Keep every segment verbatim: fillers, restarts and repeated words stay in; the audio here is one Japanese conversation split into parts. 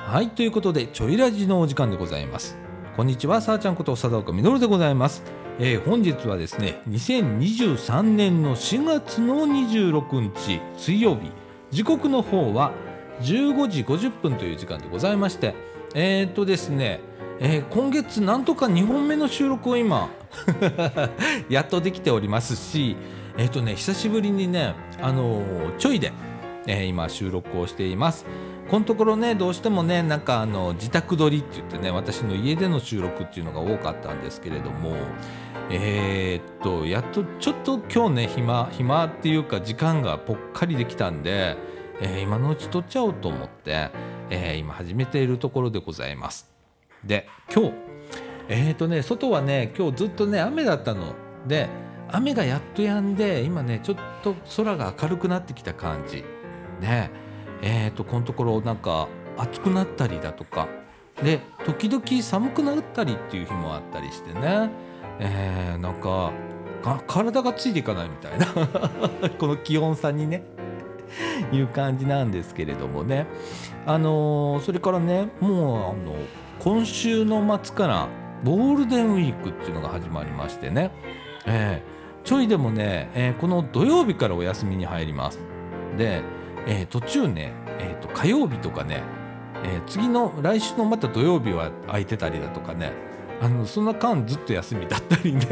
はい、ということでちょいラジのお時間でございます。こんにちは、さあちゃんこと佐岡みのるでございます。えー、本日はですねにせんにじゅうさんねんのしがつのにじゅうろくにち水曜日、時刻の方はじゅうごじごじゅっぷんという時間でございまして、えー、っとですね、えー、今月なんとかにほんめの収録を今やっとできておりますし、えー、っとね久しぶりにね、あのー、ちょいで、えー、今収録をしています。このところね、どうしてもね、なんかあの自宅撮りって言ってね、私の家での収録っていうのが多かったんですけれども、えー、っとやっとちょっと今日ね暇暇っていうか時間がぽっかりできたんで、えー、今のうち撮っちゃおうと思って、えー、今始めているところでございます。で、今日えー、っとね外はね今日ずっとね雨だったので、雨がやっと止んで今ねちょっと空が明るくなってきた感じね。えー、とこのところなんか暑くなったりだとかで、時々寒くなったりっていう日もあったりしてね、えー、なんか体がついていかないみたいなこの気温差にねいう感じなんですけれどもね、あのー、それからね、もうあの今週の末からゴールデンウィークっていうのが始まりましてね、えー、ちょいでもね、えー、この土曜日からお休みに入ります。でえー、途中ね、えー、と火曜日とかね、えー、次の来週のまた土曜日は空いてたりだとかね、あのそんな間ずっと休みだったりね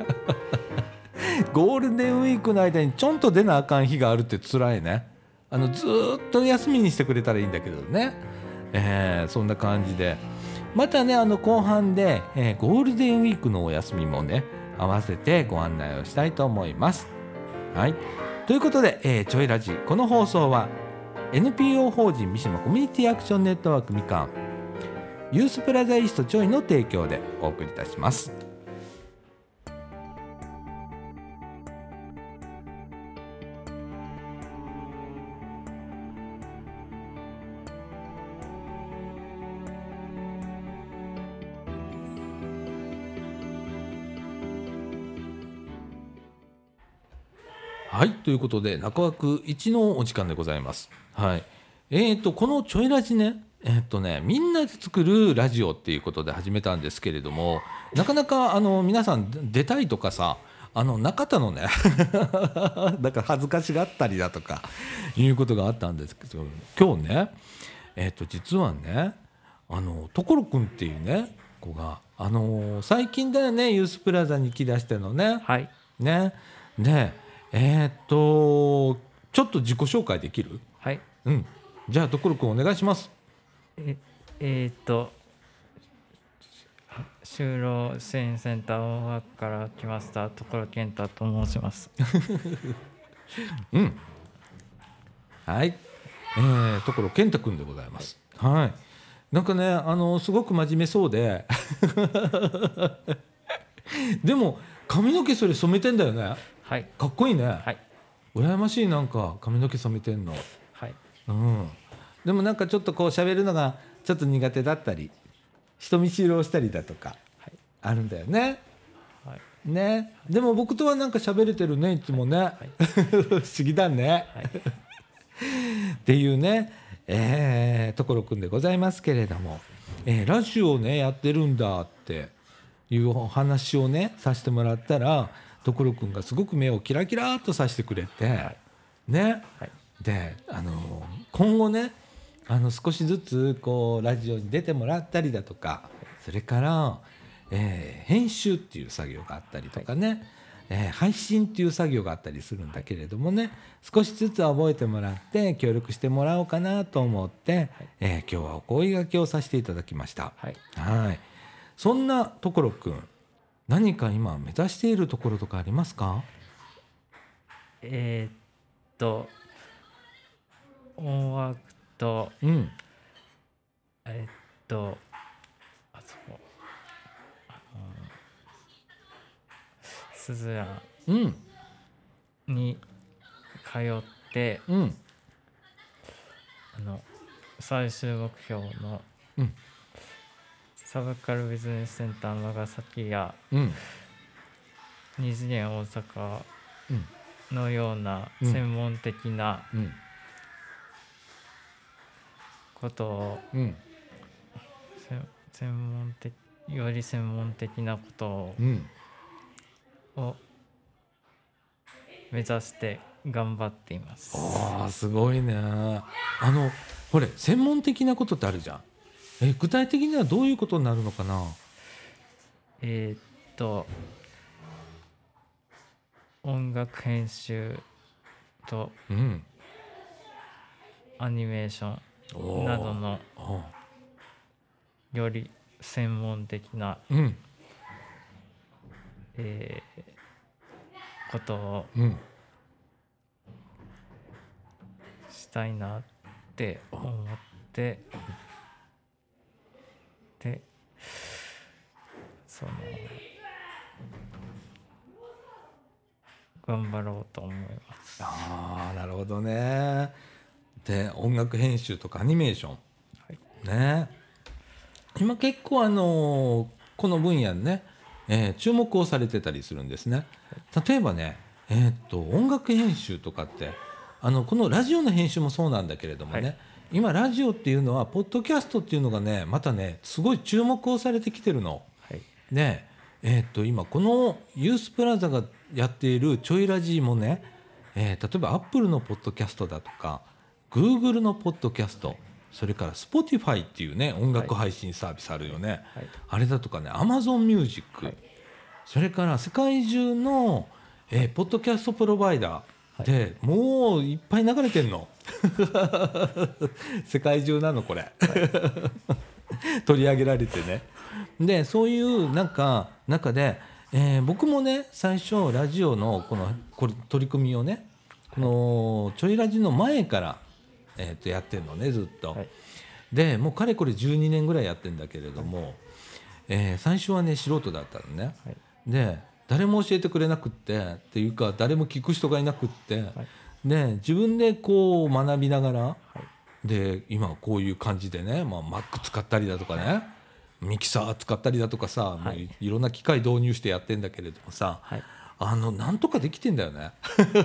ゴールデンウィークの間にちょんと出なあかん日があるって辛いね。あのずーっと休みにしてくれたらいいんだけどね、えー、そんな感じでまたね、あの後半で、えー、ゴールデンウィークのお休みもね合わせてご案内をしたいと思います。はい、ということで、えー、ちょいラジ、この放送は エヌピーオー 法人三島コミュニティアクションネットワークみかん、ユースプラザイーストちょいの提供でお送りいたします。はい、ということで中枠いちのお時間でございます。はい、えーとこのちょいラジね、えーとねみんなで作るラジオっていうことで始めたんですけれども、なかなかあの皆さん出たいとかさ、あのなかったのねだから恥ずかしがったりだとかいうことがあったんですけど、今日ね、えーと実はね、あの所くんっていうね子が、あの最近だよね、ユースプラザに来だしてのね。 はい。 ねでえー、っとちょっと自己紹介できる？ はい。 うん。じゃあ所くんお願いします。 え、えーっと、就労支援センター大学から来ました所健太と申します。 うん。はい。えー、所健太くんでございます。はい。なんかね、あのすごく真面目そうででも髪の毛それ染めてんだよね。 はい。 かっこいいね。 はい。 羨ましい、なんか髪の毛染めてんの。 はい。 うん。でもなんかちょっとこう喋るのがちょっと苦手だったり、人見知りをしたりだとかはい。 あるんだよね。 はい。 ね、でも僕とはなんか喋れてるね、いつもね、 はい。 不思議だね、 はい。 っていうね、えー、所くんでございますけれども、えー、ラジオをねやってるんだっていうお話をねさせてもらったら、所くんがすごく目をキラキラっとさせてくれて、 はい。 ね、 はい。 で、あの今後ね、あの少しずつこうラジオに出てもらったりだとか、それから、えー編集っていう作業があったりとかね、えー配信っていう作業があったりするんだけれどもね、少しずつ覚えてもらって協力してもらおうかなと思って、えー今日はお声掛けをさせていただきました。 はい。 はい。そんな所くん、何か今目指しているところとかありますか？ えーっと、音楽と、 うん。 えーっと、あそこ、鈴屋うんに通って、 うんあの、最終目標のうんサブカルビジネスセンター長崎やうん二次元大阪うんのようなうん専門的なうんことをうんせ専門的より専門的なことうんを目指して頑張っています。 あーすごいね。あのこれ専門的なことってあるじゃん。え具体的にはどういうことになるのかな。 えーっと音楽編集とうんアニメーショおーンなどのおーより専門的な、 うんえーことをうんしたいなって思ってでその頑張ろうと思います。 ああなるほどね。で音楽編集とかアニメーションはいね今結構あのこの分野にね、えー注目をされてたりするんですね。例えばね、えーっと音楽編集とかってあのこのラジオの編集もそうなんだけれどもね、 はい今ラジオっていうのはポッドキャストっていうのがねまたねすごい注目をされてきてるの。 はいで、えーっと今このユースプラザがやっているちょいラジもね、えー例えばアップルのポッドキャストだとか Google のポッドキャスト、それから Spotify っていうね音楽配信サービスあるよね、 はいあれだとかね Amazon Music、 はいそれから世界中の、えーポッドキャストプロバイダーで、もういっぱい流れてんの世界中なのこれ、取り上げられてね。でそういうなんか中で、えー僕もね最初ラジオのこのこれ取り組みをねこのちょいラジの前から、えーとやってるのねずっと、 はいでもうかれこれじゅうにねんぐらいやってんだけれども、えー最初はね素人だったのね、 はいで誰も教えてくれなくってっていうか誰も聞く人がいなくって、 はいで自分でこう学びながら、 はいで今こういう感じでね、まあ、Mac 使ったりだとかねミキサー使ったりだとかさ、もういいろんな機械導入してやってんだけれどもさ、 はいあのなんとかできてんだよね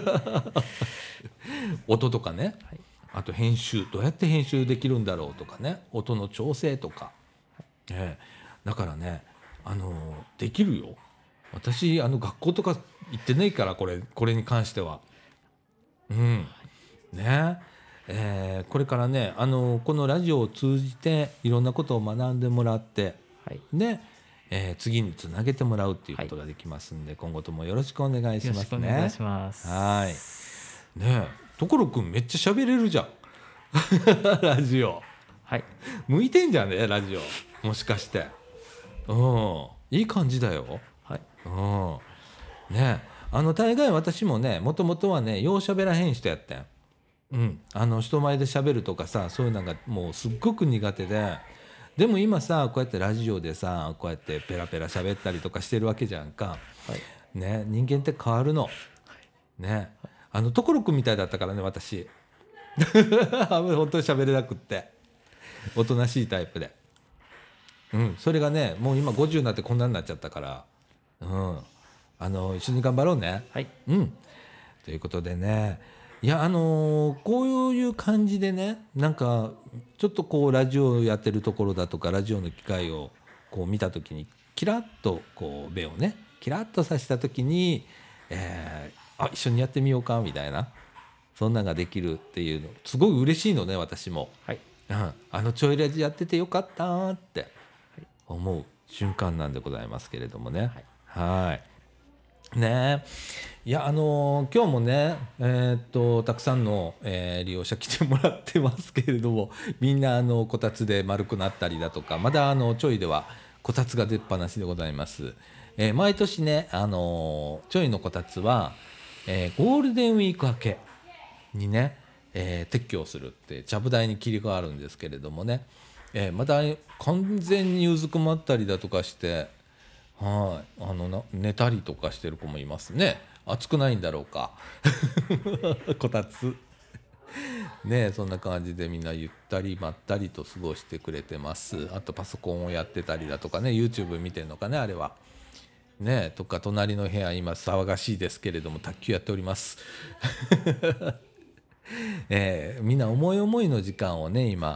音とかね、 はいあと編集どうやって編集できるんだろうとかね音の調整とか、ええだからねあのできるよ。私あの学校とか行ってないからこれこれに関してはうんねえーこれからねあのこのラジオを通じていろんなことを学んでもらってはいで、えー次につなげてもらうっていうことができますんで、今後ともよろしくお願いしよろしますね。 くお願いします。 はいねえ所くんめっちゃ喋れるじゃんラジオはい向いてんじゃんねラジオもしかしてうんいい感じだよ。 はいうんねあの大概私もねもともとはねようしゃべらへん人やったん。うんあの人前でしゃべるとかさそういうのがもうすっごく苦手で、でも今さこうやってラジオでさこうやってペラペラ喋ったりとかしてるわけじゃんか。 はいね人間って変わるのね。あの所くんみたいだったからね私あんまり本当に喋れなくっておとなしいタイプで、うんそれがねもう今ごじゅうになってこんなになっちゃったから、うんあの一緒に頑張ろうね。 はいうんということでねいやあのーこういう感じでねなんかちょっとこうラジオをやってるところだとかラジオの機会をこう見た時にキラッとこう目をねキラッとさせた時に、えーあ一緒にやってみようかみたいなそんなのができるっていうのすごい嬉しいのね私も、 はいうん、あのちょいラジやっててよかったって思う瞬間なんでございますけれどもね。はいねえいやあのー今日もねえーっとたくさんの、えー利用者来てもらってますけれどもみんなあのこたつで丸くなったりだとかまだあのちょいではこたつが出っ放しでございます。えー毎年ねあのーちょいのこたつは、えーゴールデンウィーク明けにね、えー撤去をするってちゃぶ台に切り替わるんですけれどもね、えーまだ完全にうずくまったりだとかしてはいあのな寝たりとかしてる子もいますね。暑くないんだろうかこたつねそんな感じでみんなゆったりまったりと過ごしてくれてます。あとパソコンをやってたりだとかね YouTube 見てんのかねあれはねとか隣の部屋今騒がしいですけれども卓球やっておりますえーみんな思い思いの時間をね今、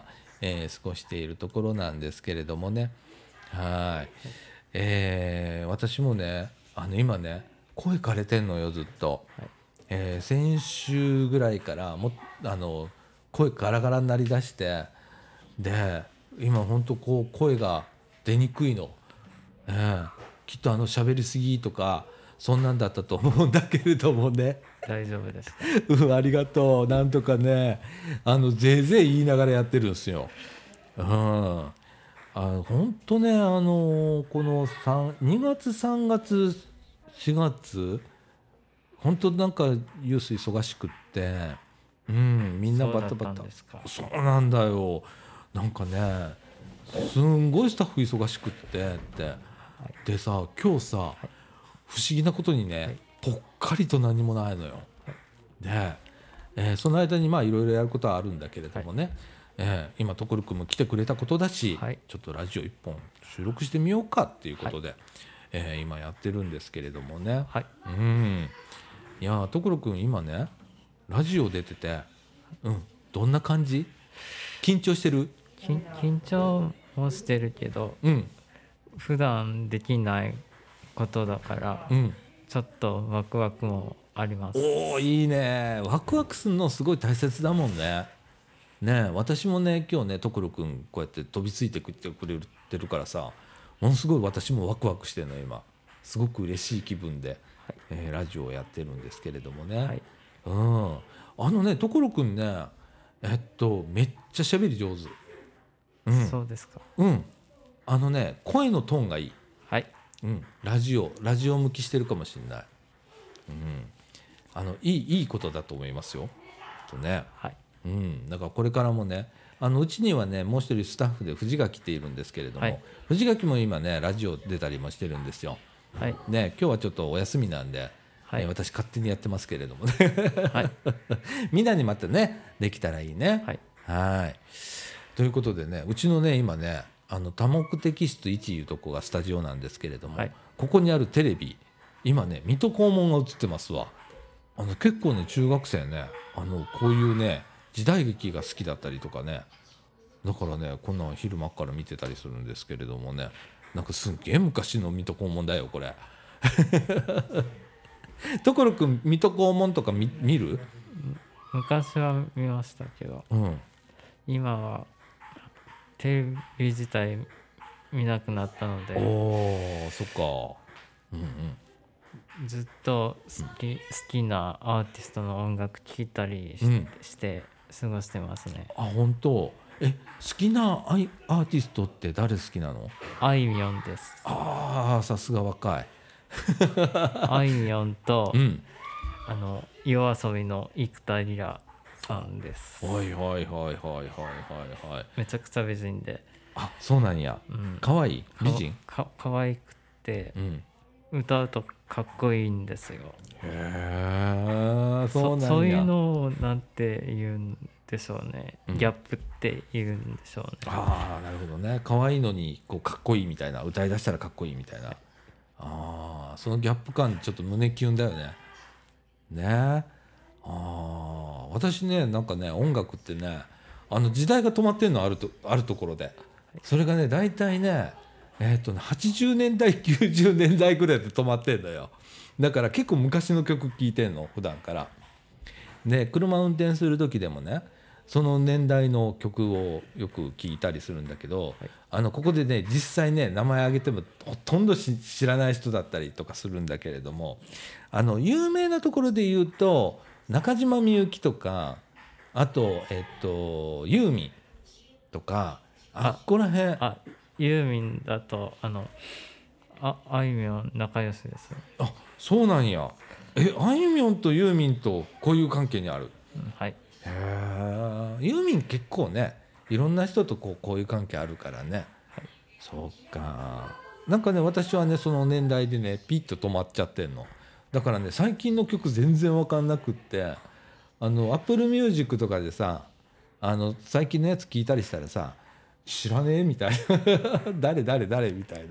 えー過ごしているところなんですけれどもね。はい、えー私もねあの今ね声枯れてんのよずっと、 はいえー先週ぐらいからもあの声ガラガラになりだして、で今本当こう声が出にくいの、えーきっとあの喋りすぎとかそんなんだったと思うんだけれどもね。 大丈夫ですか？ うんありがとう。なんとかねあのぜいぜい言いながらやってるんですよ。うん、あ本当ねあのこのさんにがつさんがつしがつ本当なんかユース忙しくって、うん、みんなバタバタ。 そうだったんですか？ そうなんだよ。なんかねすんごいスタッフ忙しくってってでさ今日さ、不思議なことにね、 はいぽっかりと何もないのよ。で、えーその間にまあいろいろやることはあるんだけれどもね、えー今所君も来てくれたことだし、 はいちょっとラジオいっぽん収録してみようかっていうことで、えー今やってるんですけれどもね。 はい。 うんいやー所君今ねラジオ出てて、うん、どんな感じ？緊張してる？ 緊緊張もしてるけど、 うん普段できないことだから、 うんちょっとワクワクもあります。 おーいいね。ワクワクするのすごい大切だもんね。ねえ私もね今日ね所君こうやって飛びついてくってくれてるからさものすごい私もワクワクしてるの今すごく嬉しい気分で、えーラジオをやってるんですけれどもね、 はい。 うんあのね所君ねえっとめっちゃ喋り上手。うんそうですか。 うんあのね声のトーンがいい。 はい。 うん、ラジオラジオ向きしてるかもしれない、うん、あのいいいいことだと思いますよとね、 はい。 うん、だからこれからもねあのうちにはねもう一人スタッフで藤垣っているんですけれども、 はい藤垣も今ねラジオ出たりもしてるんですよ。 はい。 ね今日はちょっとお休みなんで、 はいえー私勝手にやってますけれどもねはい。 みんなにまたねできたらいいね。 はい。 はいということでねうちのね今ねあの多目的室いちいうとこがスタジオなんですけれども、 はいここにあるテレビ今ね水戸黄門が映ってますわ。あの結構ね中学生ねあのこういうね時代劇が好きだったりとかねだからねこんなん昼間っから見てたりするんですけれどもねなんかすっげえ昔の水戸黄門だよこれ所君水戸黄門とか 見, 見る？ 昔は見ましたけど、 うん今はテレビ自体見なくなったので、 おーそっかうんうんずっと好き、好きなアーティストの音楽聴いたりし,、 うんして過ごしてますね。 あ本当え好きなアイアーティストって誰好きなの？ あいみょんです。 ああさすが若いあいみょんと、 うんあの夜遊びの生田リラさんです。 はいはいはいはいはいはいはいめちゃくちゃ美人で、 あそうなんやうん、 かわいい美人かかわいくてうん歌うとかっこいいんですよ。 へえそうなんやそういうのをなんて言うんでしょうね、 うんギャップって言うんでしょうね。 ああなるほどね可愛いのにこうかっこいいみたいな歌い出したらかっこいいみたいなああそのギャップ感ちょっと胸キュンだよねねああ私ねなんかね音楽ってねあの時代が止まってんのあるとあるところでそれがね大体ねえーっとねはちじゅうねんだいきゅうじゅうねんだいぐらいで止まってんのよ。だから結構昔の曲聴いてんの普段からで車運転する時でもねその年代の曲をよく聴いたりするんだけど、 はいあのここでね実際ね名前挙げてもほとんどし知らない人だったりとかするんだけれどもあの有名なところで言うと中島みゆきとかあとえっとユーミンとかあっこらへんああ、ユーミンだとあのああいみょん仲良しですよ。 そうなんやえあいみょんとユーミンとこういう関係にあるうんはい。 へえユーミン結構ねいろんな人とこうこういう関係あるからね、 はい、 そうかなんかね私はねその年代でねピッと止まっちゃってんのだからね最近の曲全然分かんなくってあの Apple Music とかでさあの最近のやつ聞いたりしたらさ知らねえみたいな誰誰誰みたいな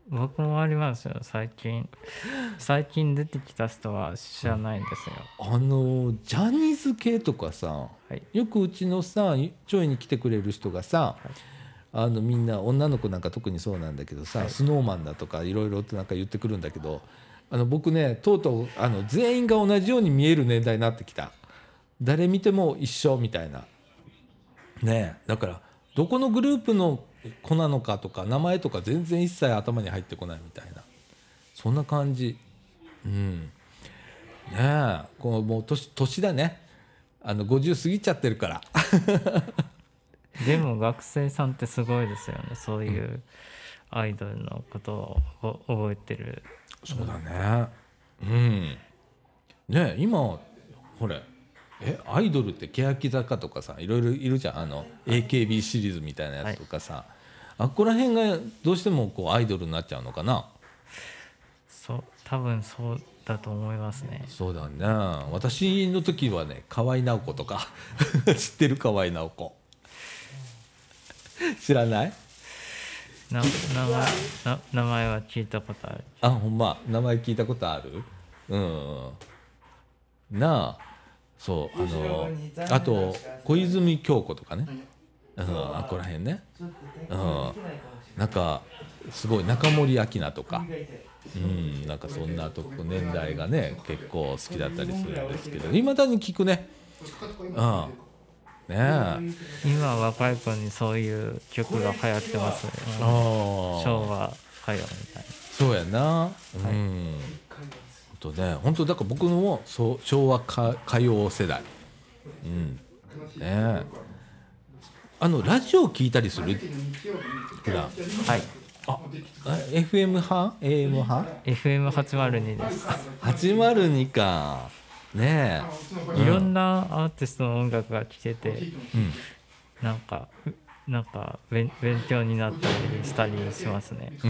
僕もありますよ。最近最近出てきた人は知らないんですよ。 あのジャニーズ系とかさ、 はい、 よくうちのさちょいに来てくれる人がさ、 はい、 あのみんな女の子なんか特にそうなんだけどさ、 はい、 スノーマンだとかいろいろとなんか言ってくるんだけど、あの僕ねとうとうあの全員が同じように見える年代になってきた。誰見ても一緒みたいなねえ。だからどこのグループの子なのかとか名前とか全然一切頭に入ってこないみたいな、そんな感じ。うんねえ、こうもう 年, 年だね。あのごじゅう過ぎちゃってるからでも学生さんってすごいですよね。そういうアイドルのことを覚えてる。 そうだね。うんねえ今ほれえアイドルって欅坂とかさいろいろいるじゃん。あの エーケービー シリーズみたいなやつとかさ、はい、あっこら辺がどうしてもこうアイドルになっちゃうのかな。 そう多分そうだと思いますね。 そうだね。私の時はね河合直子とか知ってる？河合直子知らない？ な名前な名前は聞いたことある。 あ、ほんま名前聞いたことある？うんなあ。そうあのあと小泉京子とかね、うん、あこら辺ね、うん、なんかすごい中森明菜とか、うん、なんかそんなとこ年代がね結構好きだったりするんですけど、いまだに聞くね。うんねえ、 今若い子にそういう曲が流行ってますね。昭和歌謡みたいな。 そうやな。うん、はい、本当ね、本当だから僕のもそう昭和歌謡世代。うんね、あのラジオ聞いたりする？ほら、 はい。 あ、エフエム 派？ エーエム 派？ エフエムはちまるに です。 はちまるにか。ねえ、うん、いろんなアーティストの音楽が聴けて、うん、なんかなんか勉強になったりしたりしますね。 うん、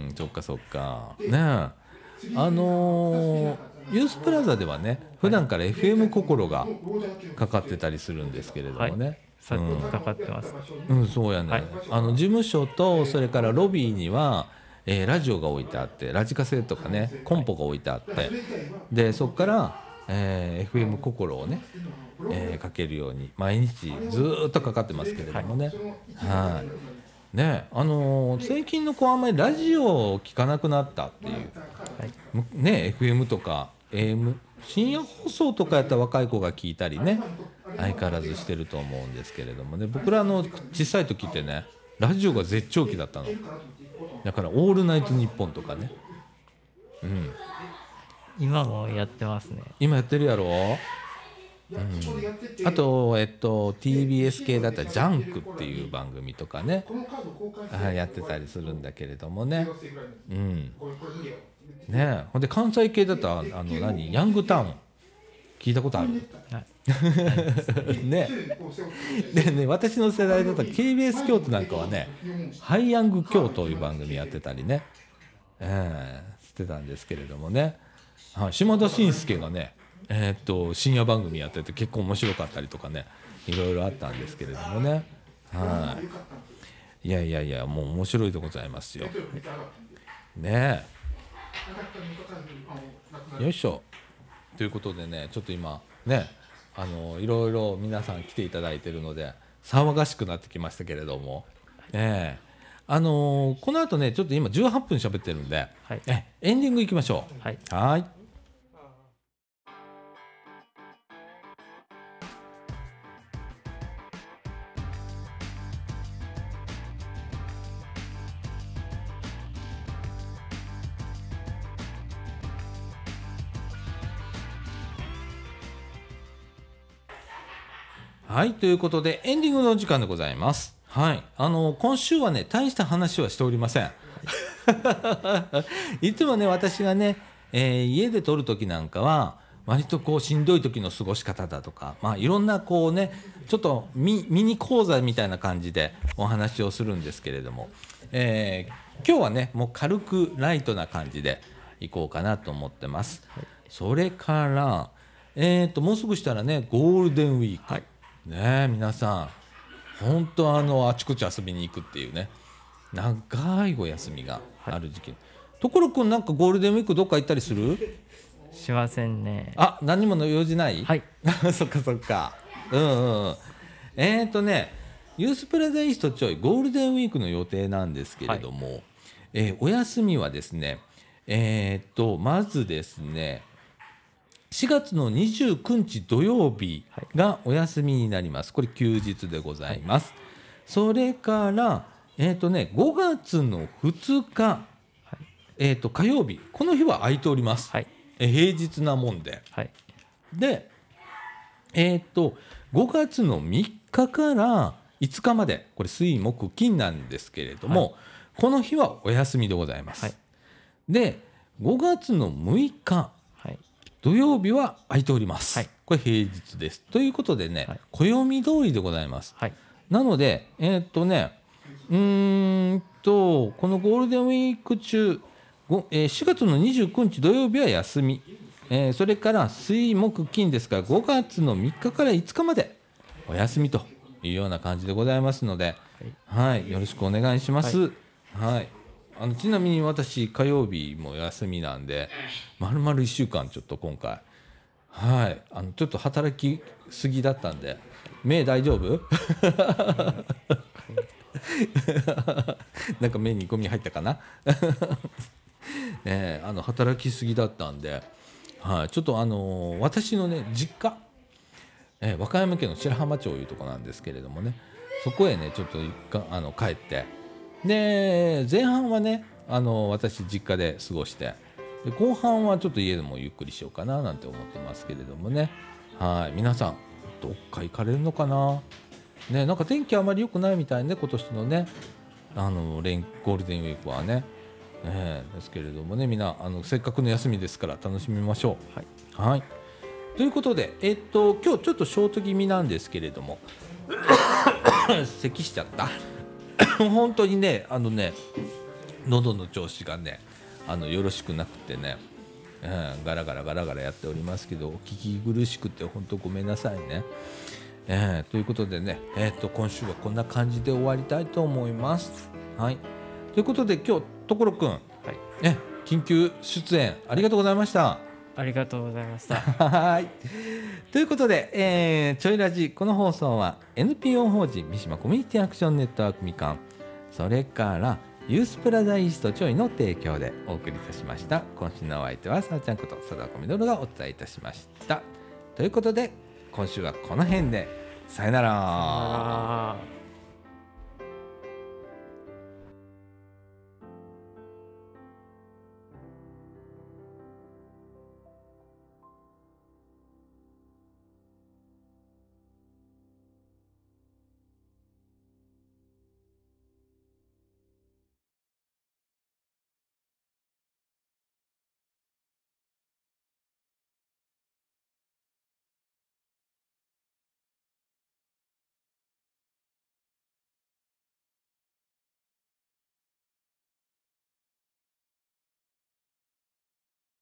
そっかそっかね。あのー、ユースプラザではね普段から エフエム 心がかかってたりするんですけれどもね、はい、 さっきかかってます。 うん、うん、そうやね、はい、あの事務所とそれからロビーには、えー、ラジオが置いてあって、ラジカセとかねコンポが置いてあって、でそこから、えー、エフエム 心をね、えー、かけるように毎日ずっとかかってますけれどもね。はい、はいね、あのー、最近の子はあんまりラジオを聞かなくなったっていう、はいね、エフエム とか エーエム 深夜放送とかやったら若い子が聞いたりね相変わらずしてると思うんですけれどもね。僕らの小さい時ってねラジオが絶頂期だったのだから「オールナイトニッポン」とかね、うん、 今もやってますね。 今やってるやろ。うん、あと、えっと、ティービーエス 系だったら「ジャンク」っていう番組とかねやってたりするんだけれどもね、うんね、ほんで関西系だったらあの何ヤングタウン聞いたことある？ねでね、私の世代だと ケービーエス 京都なんかはね「ハイヤング京都」という番組やってたりね、えー、してたんですけれどもね、はい、島田紳介がねえー、っと深夜番組やってて結構面白かったりとかねいろいろあったんですけれどもね、はい、いやいやいやもう面白いでございますよねえ。よいしょということでねちょっと今ねあのいろいろ皆さん来ていただいているので騒がしくなってきましたけれども、えーあのー、この後ねちょっと今じゅうはっぷん喋ってるんで、はい、えエンディングいきましょう。はい、はいはい、ということでエンディングの時間でございます。はい、あの今週はね大した話はしておりません。いつもね私がね、えー、家で撮る時なんかは割とこうしんどい時の過ごし方だとか、まあ、いろんなこうねちょっと ミ, ミニ講座みたいな感じでお話をするんですけれども、えー、今日はねもう軽くライトな感じでいこうかなと思ってます。それから、えー、ともうすぐしたらねゴールデンウィーク、はいね、皆さん本当あのあちこち遊びに行くっていうね長いお休みがある時期。ところくんなんかゴールデンウィークどっか行ったりする？ しませんね。 あ、何もの用事ない？ はい。 そっかそっか。うんうんうん。えーとね、ユースプラザイーストちょいゴールデンウィークの予定なんですけれども、はい、えー、お休みはですね、えーとまずですね、しがつのにじゅうくにち土曜日がお休みになります。これ休日でございます。はい、それから、えーとね、ごがつのふつか、はい、えーと火曜日、この日は空いております。はい、え平日なもんで。はい、で、えーとごがつのみっかからいつかまで、これ水木金なんですけれども、はい、この日はお休みでございます。はい、で、ごがつのむいか、はい、土曜日は空いております。はい、これ平日です。ということでね、はい、暦通りでございます。はい、なので、えーとね、うーんとこのゴールデンウィーク中、えー、しがつのにじゅうくにち土曜日は休み、えー、それから水木金ですからごがつのみっかからいつかまでお休みというような感じでございますので、はい、はい、よろしくお願いします。はい、はい、あのちなみに私火曜日も休みなんで丸々いっしゅうかんちょっと今回、はい、あのちょっと働きすぎだったんで目大丈夫？なんか目にゴミ入ったかな？ね、あの働きすぎだったんで、はい、ちょっとあのー、私のね実家、えー、和歌山県の白浜町いうとこなんですけれどもね、そこへねちょっと一回あの帰って、で前半はねあのー、私実家で過ごして、で後半はちょっと家でもゆっくりしようかななんて思ってますけれどもね、はい、皆さんどっか行かれるのかな、ね、なんか天気あまり良くないみたいね、今年のねあの連ゴールデンウィークはね、えー、ですけれどもね、みんなあのせっかくの休みですから楽しみましょう。はい、はい、ということで、えー、っと今日ちょっとショート気味なんですけれども咳しちゃった本当にね、あのね喉の調子がねあのよろしくなくてね、うん、ガラガラガラガラやっておりますけど、お聞き苦しくて本当ごめんなさいね。えー、ということでね、えー、と今週はこんな感じで終わりたいと思います。はい、ということで今日所くん、はい、え緊急出演ありがとうございました。 ありがとうございました。 はい、ということで、えー、ちょいラジ、この放送は エヌピーオー 法人三島コミュニティアクションネットワークみかん、それからユースプラザイーストちょいの提供でお送りいたしました。今週のお相手はさあちゃんこと貞子みどるがお伝えいたしました。ということで今週はこの辺でさよなら。